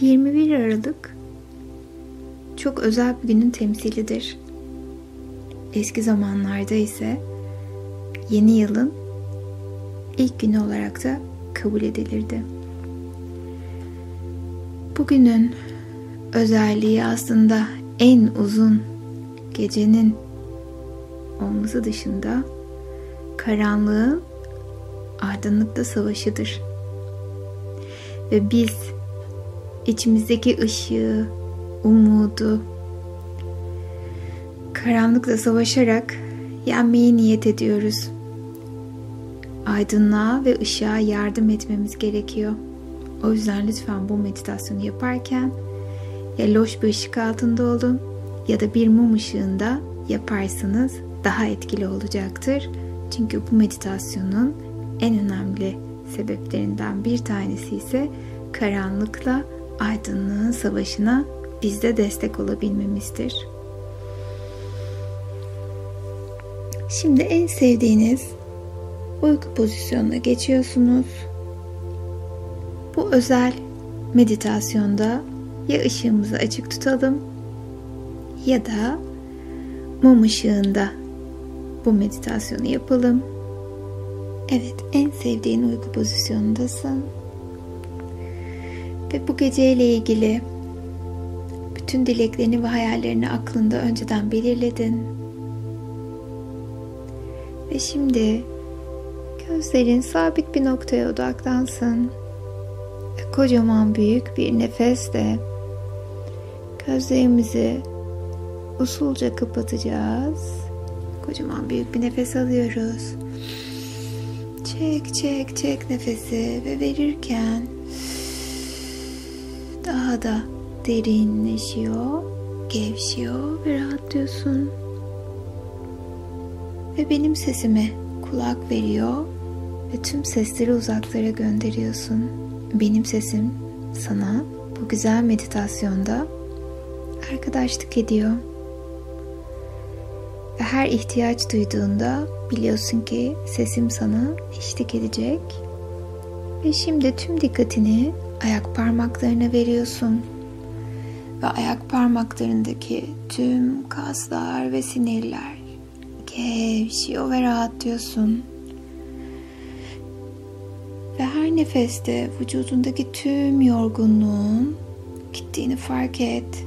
21 Aralık çok özel bir günün temsilidir. Eski zamanlarda ise yeni yılın ilk günü olarak da kabul edilirdi. Bugünün özelliği aslında en uzun gecenin olması dışında karanlığın aydınlıkta savaşıdır. Ve biz içimizdeki ışığı, umudu karanlıkla savaşarak yenmeye niyet ediyoruz. Aydınlığa ve ışığa yardım etmemiz gerekiyor. O yüzden lütfen bu meditasyonu yaparken ya loş bir ışık altında olun ya da bir mum ışığında yaparsanız daha etkili olacaktır. Çünkü bu meditasyonun en önemli sebeplerinden bir tanesi ise karanlıkla aydınlığın savaşına biz de destek olabilmemizdir. Şimdi en sevdiğiniz uyku pozisyonuna geçiyorsunuz. Bu özel meditasyonda ya ışığımızı açık tutalım ya da mum ışığında bu meditasyonu yapalım. Evet, en sevdiğin uyku pozisyonundasın. Ve bu geceyle ilgili bütün dileklerini ve hayallerini aklında önceden belirledin. Ve şimdi gözlerin sabit bir noktaya odaklansın. Ve kocaman büyük bir nefesle gözlerimizi usulca kapatacağız. Kocaman büyük bir nefes alıyoruz. Çek nefesi ve verirken daha da derinleşiyor, gevşiyor ve rahatlıyorsun. Ve benim sesime kulak veriyor ve tüm sesleri uzaklara gönderiyorsun. Benim sesim sana bu güzel meditasyonda arkadaşlık ediyor. Ve her ihtiyaç duyduğunda biliyorsun ki sesim sana eşlik edecek. Ve şimdi tüm dikkatini ayak parmaklarına veriyorsun. Ve ayak parmaklarındaki tüm kaslar ve sinirler gevşiyor ve rahatlıyorsun. Ve her nefeste vücudundaki tüm yorgunluğun gittiğini fark et.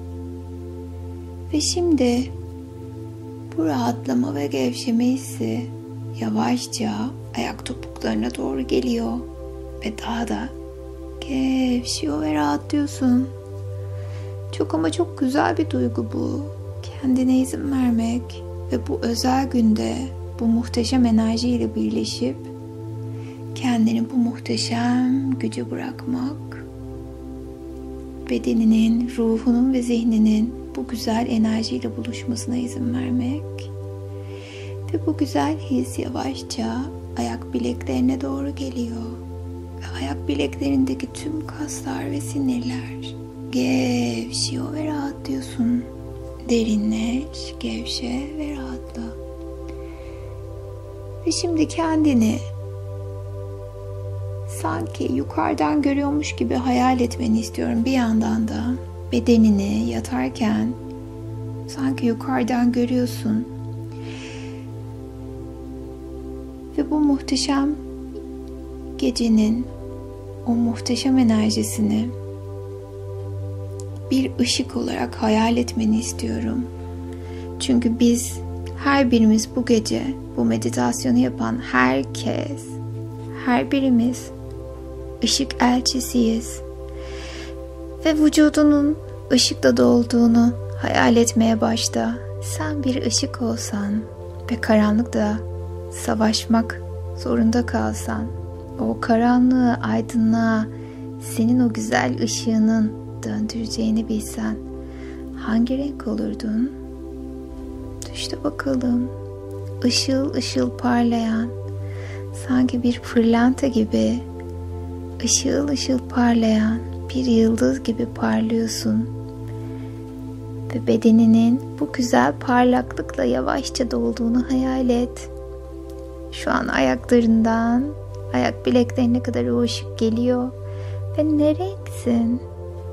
Ve şimdi bu rahatlama ve gevşeme hissi yavaşça ayak topuklarına doğru geliyor ve daha da gevşiyor ve rahatlıyorsun. Çok ama çok güzel bir duygu bu. Kendine izin vermek ve bu özel günde bu muhteşem enerjiyle birleşip kendini bu muhteşem güce bırakmak, bedeninin, ruhunun ve zihninin bu güzel enerjiyle buluşmasına izin vermek ve bu güzel his yavaşça ayak bileklerine doğru geliyor ve ayak bileklerindeki tüm kaslar ve sinirler gevşiyor ve rahatlıyorsun. Derinleş, gevşe ve rahatla. Ve şimdi kendini sanki yukarıdan görüyormuş gibi hayal etmeni istiyorum. Bir yandan da bedenini yatarken sanki yukarıdan görüyorsun. Ve bu muhteşem gecenin o muhteşem enerjisini bir ışık olarak hayal etmeni istiyorum. Çünkü biz her birimiz bu gece bu meditasyonu yapan herkes, her birimiz ışık elçisiyiz. Ve vücudunun ışıkla dolduğunu hayal etmeye başla. Sen bir ışık olsan ve karanlıkla savaşmak zorunda kalsan, o karanlığı aydınlığa senin o güzel ışığının döndüreceğini bilsen hangi renk olurdun? İşte bakalım, ışıl ışıl parlayan, sanki bir pırlanta gibi ışıl ışıl parlayan bir yıldız gibi parlıyorsun. Ve bedeninin bu güzel parlaklıkla yavaşça dolduğunu hayal et. Şu an ayaklarından ayak bileklerine kadar o ışık geliyor. Ve ne renksin?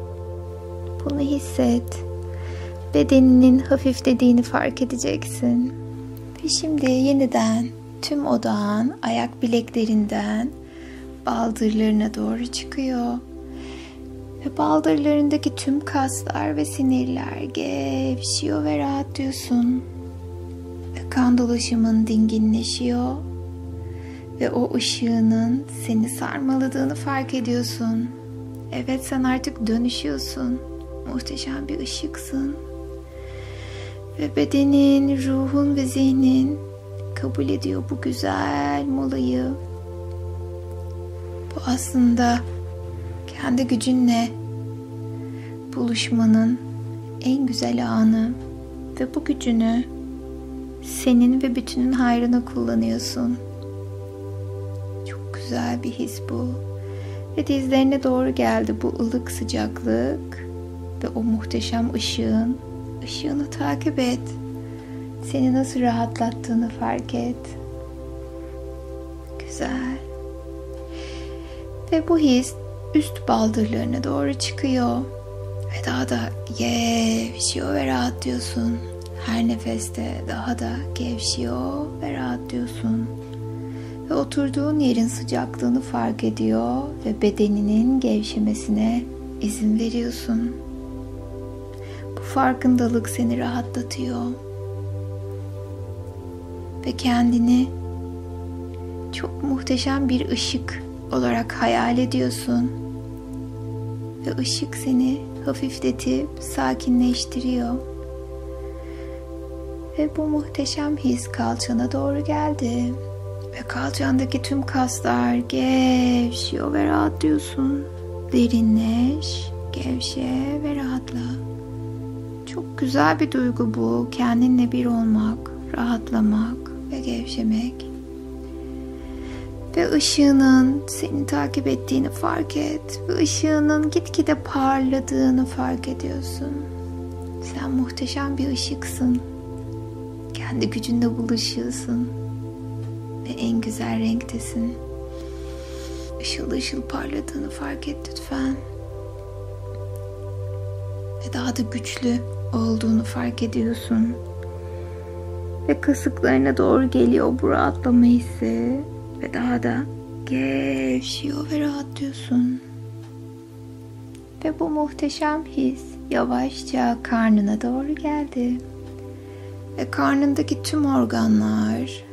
Bunu hisset. Bedeninin hafiflediğini fark edeceksin. Ve şimdi yeniden tüm odağın ayak bileklerinden baldırlarına doğru çıkıyor. Ve baldırlarındaki tüm kaslar ve sinirler gevşiyor ve rahatlıyorsun. Ve kan dolaşımın dinginleşiyor. Ve o ışığının seni sarmaladığını fark ediyorsun. Evet, sen artık dönüşüyorsun. Muhteşem bir ışıksın. Ve bedenin, ruhun ve zihnin kabul ediyor bu güzel molayı. Bu aslında kendi gücünle buluşmanın en güzel anı. Ve bu gücünü senin ve bütünün hayrına kullanıyorsun. Çok güzel bir his bu. Ve dizlerine doğru geldi bu ılık sıcaklık ve o muhteşem ışığını takip et. Seni nasıl rahatlattığını fark et. Güzel. Ve bu his üst baldırlarına doğru çıkıyor. Ve daha da gevşiyor ve rahatlıyorsun. Her nefeste daha da gevşiyor ve rahatlıyorsun. Ve oturduğun yerin sıcaklığını fark ediyor ve bedeninin gevşemesine izin veriyorsun. Bu farkındalık seni rahatlatıyor. Ve kendini çok muhteşem bir ışık olarak hayal ediyorsun. Ve ışık seni hafifletip sakinleştiriyor. Ve bu muhteşem his kalçana doğru geldi. Ve kalçandaki tüm kaslar gevşiyor ve rahatlıyorsun. Derinleş, gevşe ve rahatla. Çok güzel bir duygu bu. Kendinle bir olmak, rahatlamak ve gevşemek. Ve ışığının seni takip ettiğini fark et. Ve ışığının gitgide parladığını fark ediyorsun. Sen muhteşem bir ışıksın. Kendi gücünle buluşuyorsun. Ve en güzel renktesin. Işıl ışıl parladığını fark et lütfen. Ve daha da güçlü olduğunu fark ediyorsun. Ve kasıklarına doğru geliyor bu rahatlama hissi. Ve daha da gevşiyor ve rahatlıyorsun. Ve bu muhteşem his yavaşça karnına doğru geldi. Ve karnındaki tüm organlar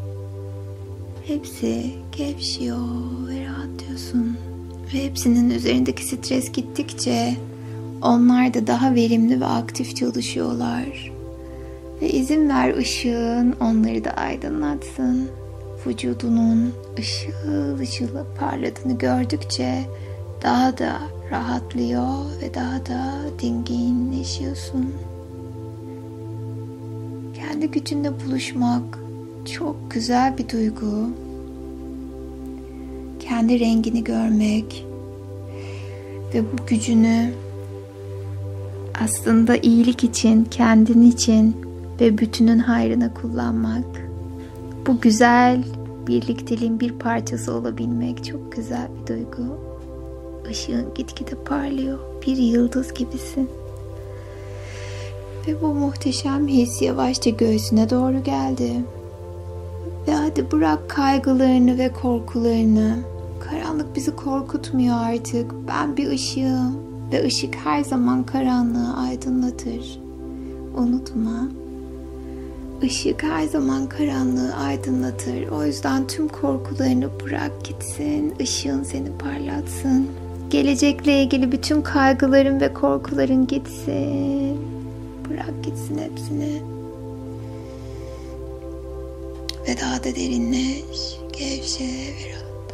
hepsi gevşiyor ve rahatlıyorsun. Ve hepsinin üzerindeki stres gittikçe onlar da daha verimli ve aktif çalışıyorlar. Ve izin ver ışığın onları da aydınlatsın. Vücudunun ışıl ışıl parladığını gördükçe daha da rahatlıyor ve daha da dinginleşiyorsun. Kendi gücünle buluşmak çok güzel bir duygu. Kendi rengini görmek ve bu gücünü aslında iyilik için, kendin için ve bütünün hayrına kullanmak. Bu güzel birlikteliğin bir parçası olabilmek çok güzel bir duygu. Işığın gitgide parlıyor. Bir yıldız gibisin. Ve bu muhteşem his yavaşça göğsüne doğru geldi. Ve hadi bırak kaygılarını ve korkularını. Karanlık bizi korkutmuyor artık. Ben bir ışığım. Ve ışık her zaman karanlığı aydınlatır. Unutma. Işık her zaman karanlığı aydınlatır. O yüzden tüm korkularını bırak gitsin. Işığın seni parlatsın. Gelecekle ilgili bütün kaygıların ve korkuların gitsin. Bırak gitsin hepsini. Ve daha da derinleş, gevşe ve rahatla.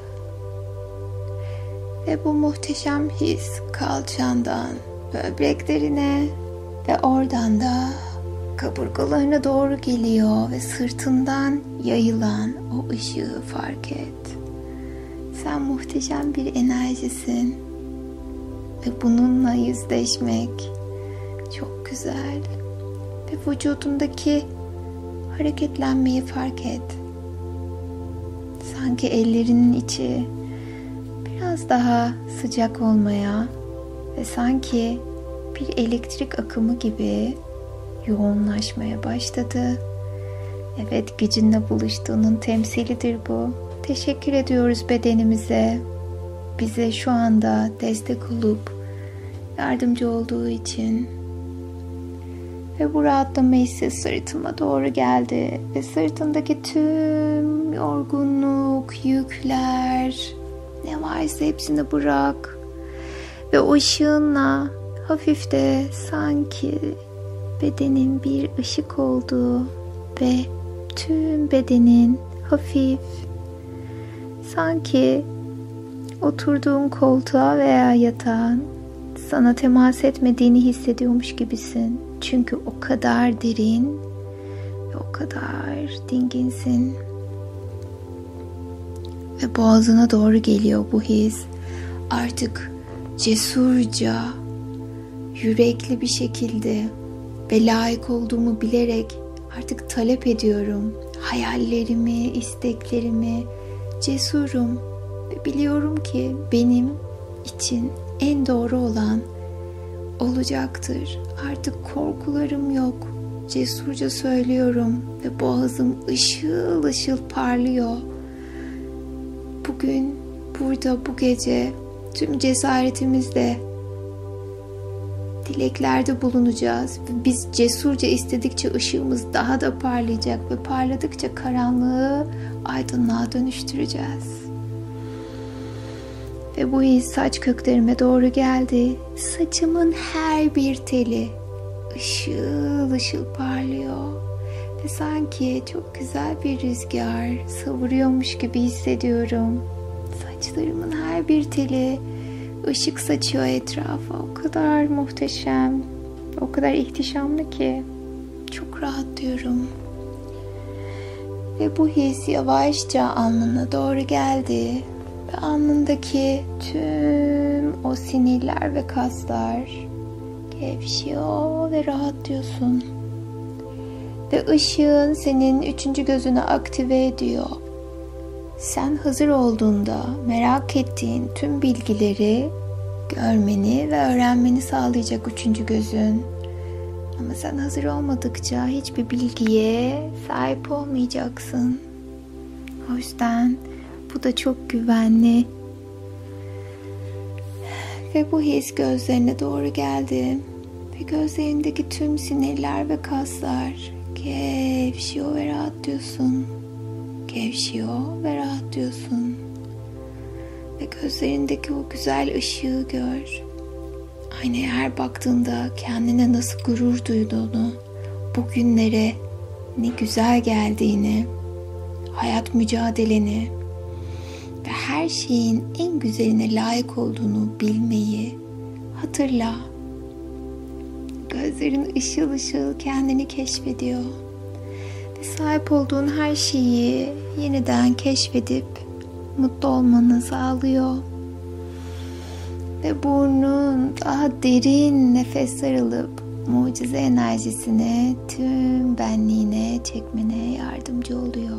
Ve bu muhteşem his kalçandan böbreklerine ve oradan da kaburgalarına doğru geliyor ve sırtından yayılan o ışığı fark et. Sen muhteşem bir enerjisin ve bununla yüzleşmek çok güzel. Ve vücudundaki hareketlenmeyi fark et. Sanki ellerinin içi biraz daha sıcak olmaya ve sanki bir elektrik akımı gibi yoğunlaşmaya başladı. Evet, gücünle buluştuğunun temsilidir bu. Teşekkür ediyoruz bedenimize. Bize şu anda destek olup yardımcı olduğu için. Ve bu rahatlama hissi sırtıma doğru geldi. Ve sırtımdaki tüm yorgunluk, yükler, ne varsa hepsini bırak. Ve o ışığınla hafif de sanki bedenin bir ışık olduğu ve tüm bedenin hafif, sanki oturduğun koltuğa veya yatağın sana temas etmediğini hissediyormuş gibisin. Çünkü o kadar derin ve o kadar dinginsin. Ve boğazına doğru geliyor bu his. Artık cesurca, yürekli bir şekilde ve layık olduğumu bilerek artık talep ediyorum. Hayallerimi, isteklerimi, cesurum ve biliyorum ki benim için en doğru olan olacaktır. Artık korkularım yok. Cesurca söylüyorum ve boğazım ışıl ışıl parlıyor. Bugün, burada, bu gece tüm cesaretimizle dileklerde bulunacağız. Biz cesurca istedikçe ışığımız daha da parlayacak ve parladıkça karanlığı aydınlığa dönüştüreceğiz. Ve bu his saç köklerime doğru geldi. Saçımın her bir teli ışıl ışıl parlıyor. Ve sanki çok güzel bir rüzgar savuruyormuş gibi hissediyorum. Saçlarımın her bir teli ışık saçıyor etrafa. O kadar muhteşem, o kadar ihtişamlı ki çok rahatlıyorum. Ve bu his yavaşça alnına doğru geldi. Ve alnındaki tüm o sinirler ve kaslar gevşiyor ve rahatlıyorsun. Ve ışığın senin 3. gözünü aktive ediyor. Sen hazır olduğunda merak ettiğin tüm bilgileri görmeni ve öğrenmeni sağlayacak 3. gözün. Ama sen hazır olmadıkça hiçbir bilgiye sahip olmayacaksın. O yüzden bu da çok güvenli. Ve bu his gözlerine doğru geldi. Ve gözlerindeki tüm sinirler ve kaslar gevşiyor ve rahatlıyorsun. Gevşiyor ve rahatlıyorsun. Ve gözlerindeki o güzel ışığı gör. Aynaya her baktığında kendine nasıl gurur duyduğunu, bugünlere ne güzel geldiğini, hayat mücadeleni ve her şeyin en güzeline layık olduğunu bilmeyi hatırla. Gözlerin ışıl ışıl kendini keşfediyor. Ve sahip olduğun her şeyi yeniden keşfedip mutlu olmanı sağlıyor. Ve burnun daha derin nefesler alıp mucize enerjisini tüm benliğine çekmene yardımcı oluyor.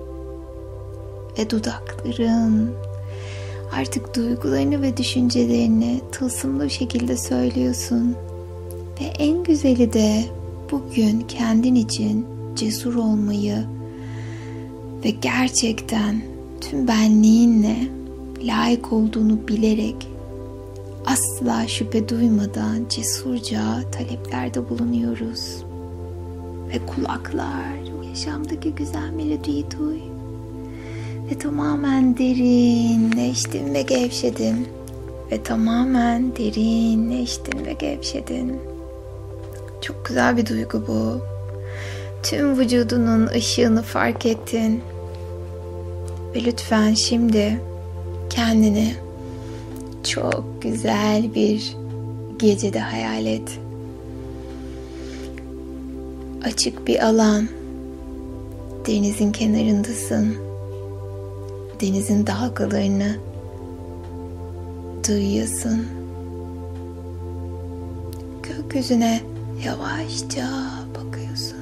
Ve dudakların artık duygularını ve düşüncelerini tılsımlı şekilde söylüyorsun. Ve en güzeli de bugün kendin için cesur olmayı ve gerçekten tüm benliğinle layık olduğunu bilerek asla şüphe duymadan cesurca taleplerde bulunuyoruz. Ve kulaklar yaşamdaki güzel melodiyi duy. Ve tamamen derinleştin ve gevşedin. Ve tamamen derinleştin ve gevşedin. Çok güzel bir duygu bu. Tüm vücudunun ışığını fark ettin. Ve lütfen şimdi kendini çok güzel bir gecede hayal et. Açık bir alan. Denizin kenarındasın. Denizin dalgalarını duyuyorsun. Gökyüzüne yavaşça bakıyorsun.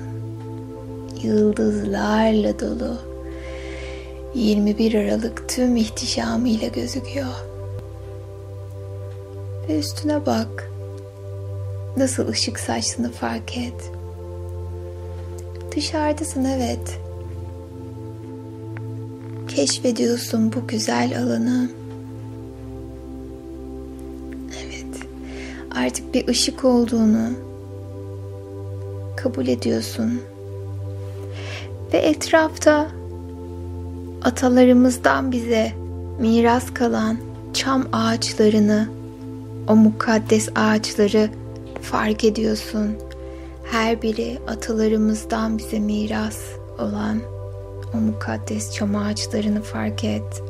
Yıldızlarla dolu. 21 Aralık tüm ihtişamıyla gözüküyor. Ve üstüne bak. Nasıl ışık saçtığını fark et. Dışarıdasın, evet. Keşfediyorsun bu güzel alanı. Evet. Artık bir ışık olduğunu kabul ediyorsun. Ve etrafta atalarımızdan bize miras kalan çam ağaçlarını, o mukaddes ağaçları fark ediyorsun. Her biri atalarımızdan bize miras olan o mukaddes çam ağaçlarını fark et.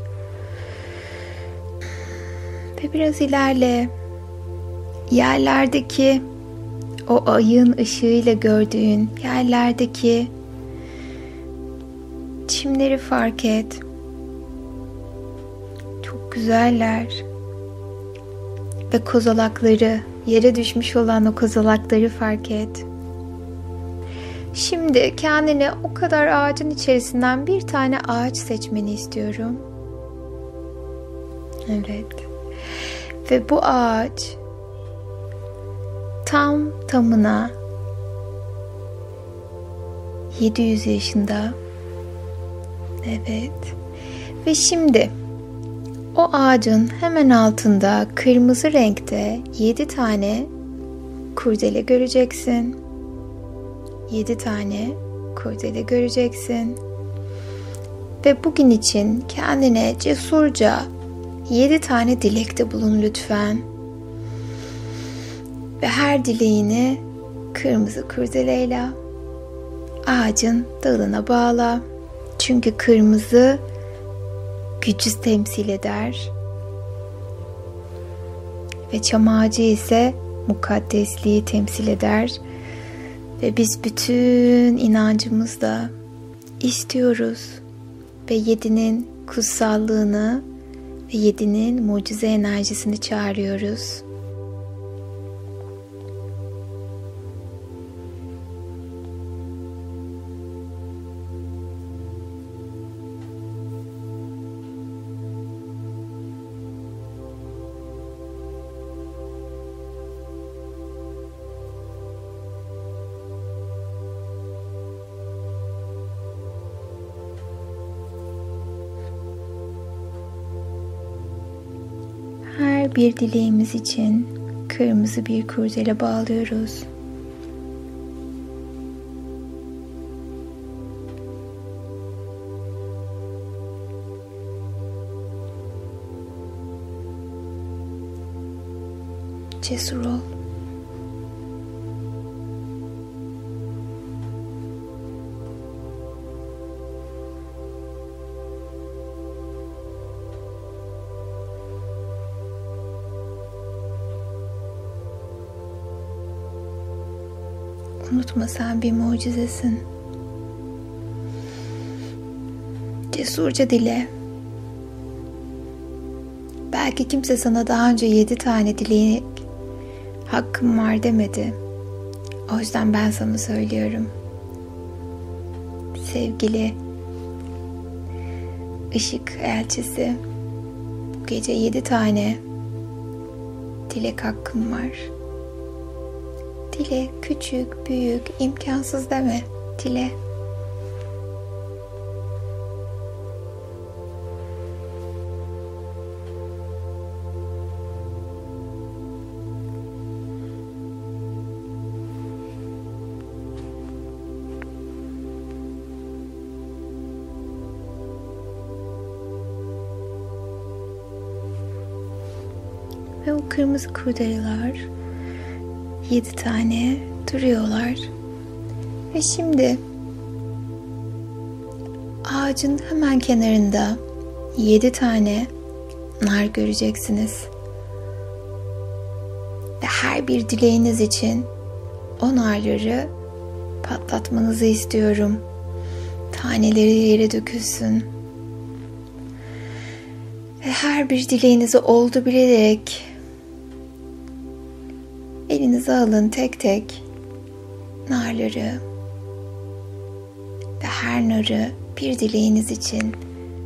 Ve biraz ilerle. Yerlerdeki o ayın ışığıyla gördüğün yerlerdeki çimleri fark et. Çok güzeller. Ve kozalakları, yere düşmüş olan o kozalakları fark et. Şimdi kendine o kadar ağacın içerisinden bir tane ağaç seçmeni istiyorum. Evet. Ve bu ağaç tam tamına 700 yaşında. Evet. Ve şimdi o ağacın hemen altında kırmızı renkte 7 tane kurdele göreceksin. 7 tane kurdele göreceksin. Ve bugün için kendine cesurca 7 tane dilekte bulun lütfen. Ve her dileğini kırmızı kurdeleyle ağacın dalına bağla. Çünkü kırmızı gücü temsil eder. Ve çam ağacı ise mukaddesliği temsil eder. Ve biz bütün inancımızla istiyoruz. Ve 7'nin kutsallığını ve 7'nin mucize enerjisini çağırıyoruz. Her bir dileğimiz için kırmızı bir kurdele bağlıyoruz. Cesur ol. Unutma, sen bir mucizesin. Cesurca dile. Belki kimse sana daha önce 7 tane dilek hakkım var demedi. O yüzden ben sana söylüyorum. Sevgili ışık elçisi, bu gece 7 tane dilek hakkım var. Dile, küçük, büyük, imkansız deme. Dile. Ve o kırmızı kurdeleler 7 tane duruyorlar. Ve şimdi ağacın hemen kenarında 7 tane nar göreceksiniz. Ve her bir dileğiniz için o narları patlatmanızı istiyorum. Taneleri yere dökülsün. Ve her bir dileğinizi oldu bilerek elinize alın tek tek narları ve her narı bir dileğiniz için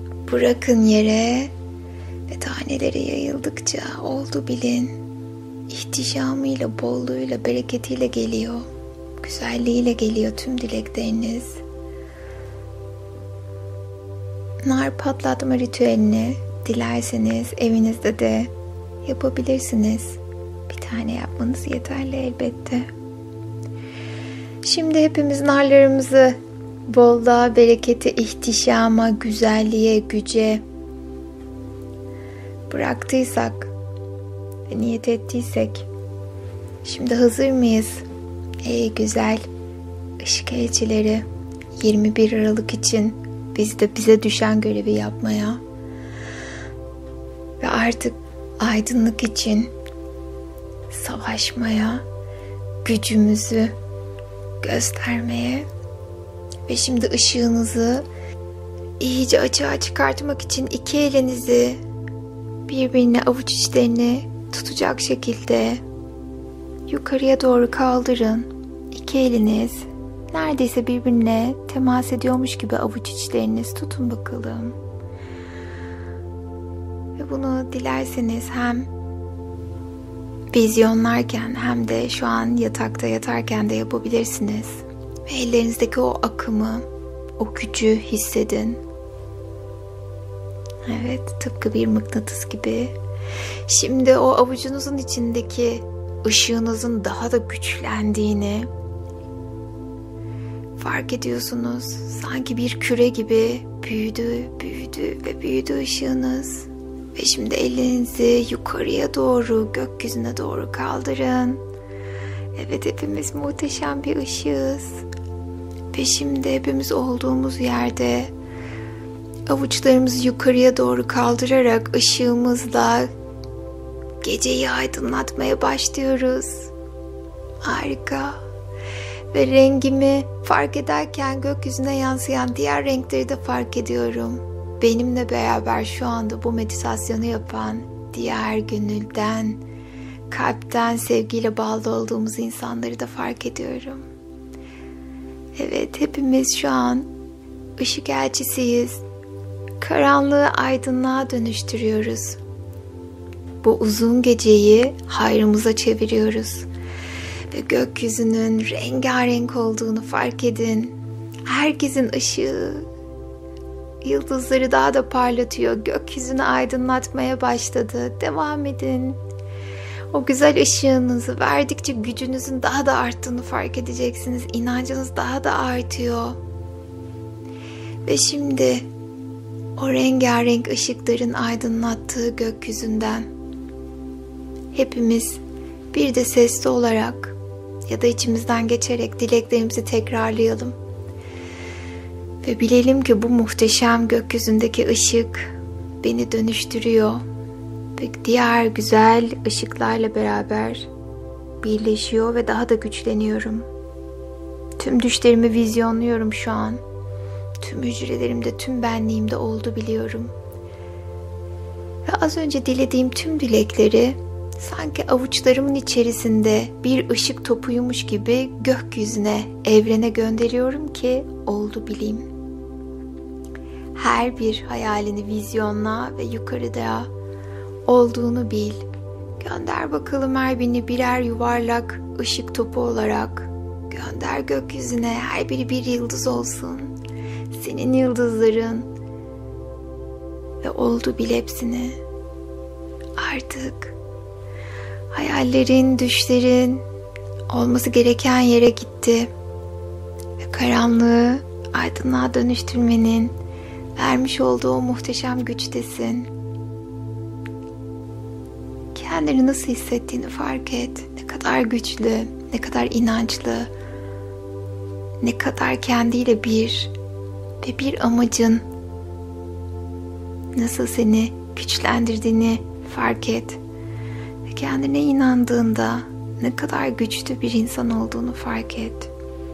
bırakın yere ve taneleri yayıldıkça oldu bilin. ihtişamıyla, bolluğuyla, bereketiyle geliyor. Güzelliğiyle geliyor tüm dilekleriniz. Nar patlatma ritüelini dilerseniz evinizde de yapabilirsiniz. Bir tane yapmanız yeterli elbette. Şimdi hepimiz narlarımızı bolluğa, berekete, ihtişama, güzelliğe, güce bıraktıysak ve niyet ettiysek, şimdi hazır mıyız? Ey güzel ışık elçileri, 21 Aralık için biz de bize düşen görevi yapmaya ve artık aydınlık için savaşmaya, gücümüzü göstermeye ve şimdi ışığınızı iyice açığa çıkartmak için iki elinizi birbirine, avuç içlerini tutacak şekilde yukarıya doğru kaldırın. İki eliniz neredeyse birbirine temas ediyormuş gibi avuç içleriniz tutun bakalım. Ve bunu dilerseniz hem vizyonlarken hem de şu an yatakta yatarken de yapabilirsiniz. Ve ellerinizdeki o akımı, o gücü hissedin. Evet, tıpkı bir mıknatıs gibi. Şimdi o avucunuzun içindeki ışığınızın daha da güçlendiğini fark ediyorsunuz. Sanki bir küre gibi büyüdü, büyüdü ve büyüdü ışığınız. Ve şimdi ellerinizi yukarıya doğru, gökyüzüne doğru kaldırın. Evet, hepimiz muhteşem bir ışığız. Ve şimdi hepimiz olduğumuz yerde avuçlarımızı yukarıya doğru kaldırarak ışığımızla geceyi aydınlatmaya başlıyoruz. Harika. Ve rengimi fark ederken gökyüzüne yansıyan diğer renkleri de fark ediyorum. Benimle beraber şu anda bu meditasyonu yapan diğer gönülden, kalpten sevgiyle bağlı olduğumuz insanları da fark ediyorum. Evet, hepimiz şu an ışık elçisiyiz. Karanlığı aydınlığa dönüştürüyoruz. Bu uzun geceyi hayrımıza çeviriyoruz. Ve gökyüzünün rengarenk olduğunu fark edin. Herkesin ışığı yıldızları daha da parlatıyor. Gökyüzünü aydınlatmaya başladı. Devam edin. O güzel ışığınızı verdikçe gücünüzün daha da arttığını fark edeceksiniz. İnancınız daha da artıyor. Ve şimdi o rengarenk ışıkların aydınlattığı gökyüzünden hepimiz bir de sesli olarak ya da içimizden geçerek dileklerimizi tekrarlayalım. Ve bilelim ki bu muhteşem gökyüzündeki ışık beni dönüştürüyor. Ve diğer güzel ışıklarla beraber birleşiyor ve daha da güçleniyorum. Tüm düşlerimi vizyonluyorum şu an. Tüm hücrelerimde, tüm benliğimde oldu biliyorum. Ve az önce dilediğim tüm dilekleri sanki avuçlarımın içerisinde bir ışık topuymuş gibi gökyüzüne, evrene gönderiyorum ki oldu bileyim. Her bir hayalini vizyonla ve yukarıda olduğunu bil. Gönder bakalım her birini birer yuvarlak ışık topu olarak. Gönder gökyüzüne, her biri bir yıldız olsun. Senin yıldızların. Ve oldu bil hepsini. Artık hayallerin, düşlerin olması gereken yere gitti. Ve karanlığı aydınlığa dönüştürmenin vermiş olduğu o muhteşem güçtesin. Kendini nasıl hissettiğini fark et. Ne kadar güçlü, ne kadar inançlı, ne kadar kendiyle bir ve bir amacın nasıl seni güçlendirdiğini fark et. Ve kendine inandığında ne kadar güçlü bir insan olduğunu fark et.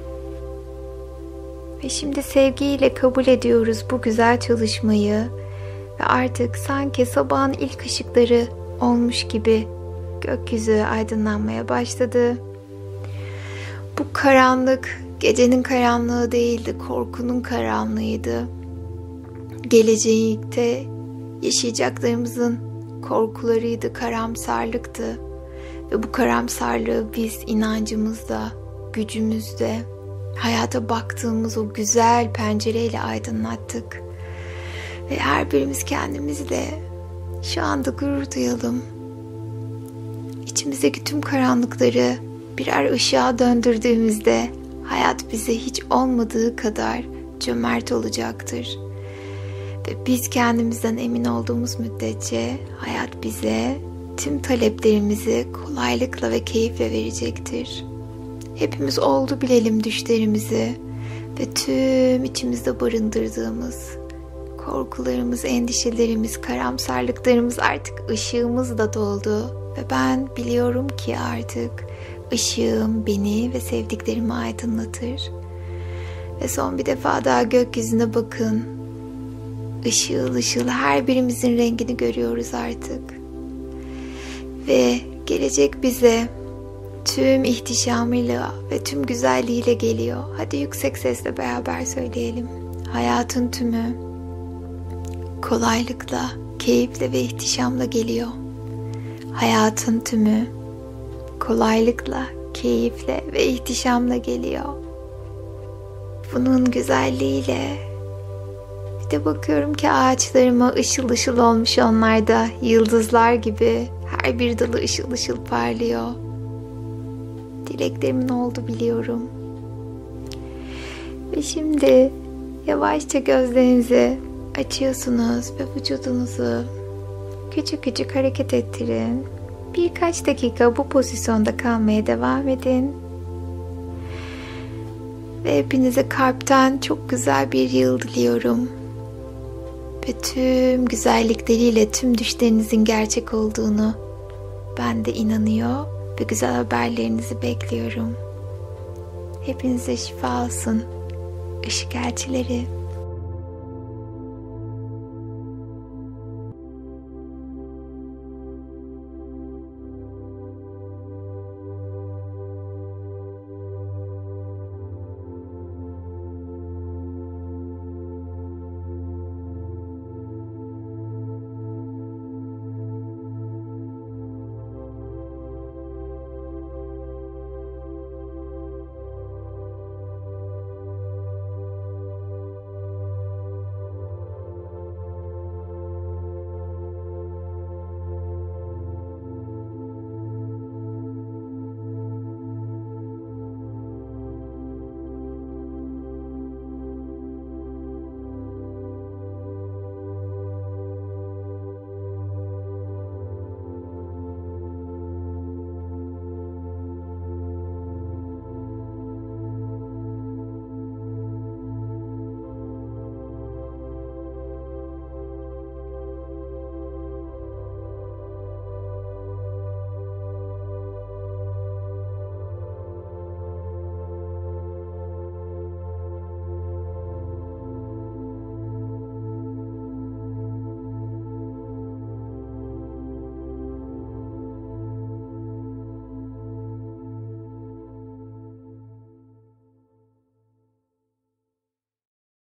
Ve şimdi sevgiyle kabul ediyoruz bu güzel çalışmayı ve artık sanki sabahın ilk ışıkları olmuş gibi gökyüzü aydınlanmaya başladı. Bu karanlık gecenin karanlığı değildi, korkunun karanlığıydı. Gelecekte yaşayacaklarımızın korkularıydı, karamsarlıktı. Ve bu karamsarlığı biz inancımızda, gücümüzde, hayata baktığımız o güzel pencereyle aydınlattık. Ve her birimiz kendimizle şu anda gurur duyalım. İçimizdeki tüm karanlıkları birer ışığa döndürdüğümüzde hayat bize hiç olmadığı kadar cömert olacaktır. Ve biz kendimizden emin olduğumuz müddetçe hayat bize tüm taleplerimizi kolaylıkla ve keyifle verecektir. Hepimiz oldu bilelim düşlerimizi ve tüm içimizde barındırdığımız korkularımız, endişelerimiz, karamsarlıklarımız artık ışığımızla doldu. Ve ben biliyorum ki artık ışığım beni ve sevdiklerimi aydınlatır. Ve son bir defa daha gökyüzüne bakın. Işıl ışıl her birimizin rengini görüyoruz artık. Ve gelecek bize tüm ihtişamıyla ve tüm güzelliğiyle geliyor. Hadi yüksek sesle beraber söyleyelim. Hayatın tümü kolaylıkla, keyifle ve ihtişamla geliyor. Hayatın tümü kolaylıkla, keyifle ve ihtişamla geliyor. Bunun güzelliğiyle bir de bakıyorum ki ağaçlarıma ışıl ışıl olmuş, onlar da yıldızlar gibi her bir dalı ışıl ışıl parlıyor. Dileklerimin oldu biliyorum. Ve şimdi yavaşça gözlerinizi açıyorsunuz ve vücudunuzu küçük küçük hareket ettirin. Birkaç dakika bu pozisyonda kalmaya devam edin. Ve hepinize kalpten çok güzel bir yıl diliyorum. Ve tüm güzellikleriyle tüm düşlerinizin gerçek olduğunu ben de inanıyor ve güzel haberlerinizi bekliyorum. Hepinize şifa olsun. Işık elçileri.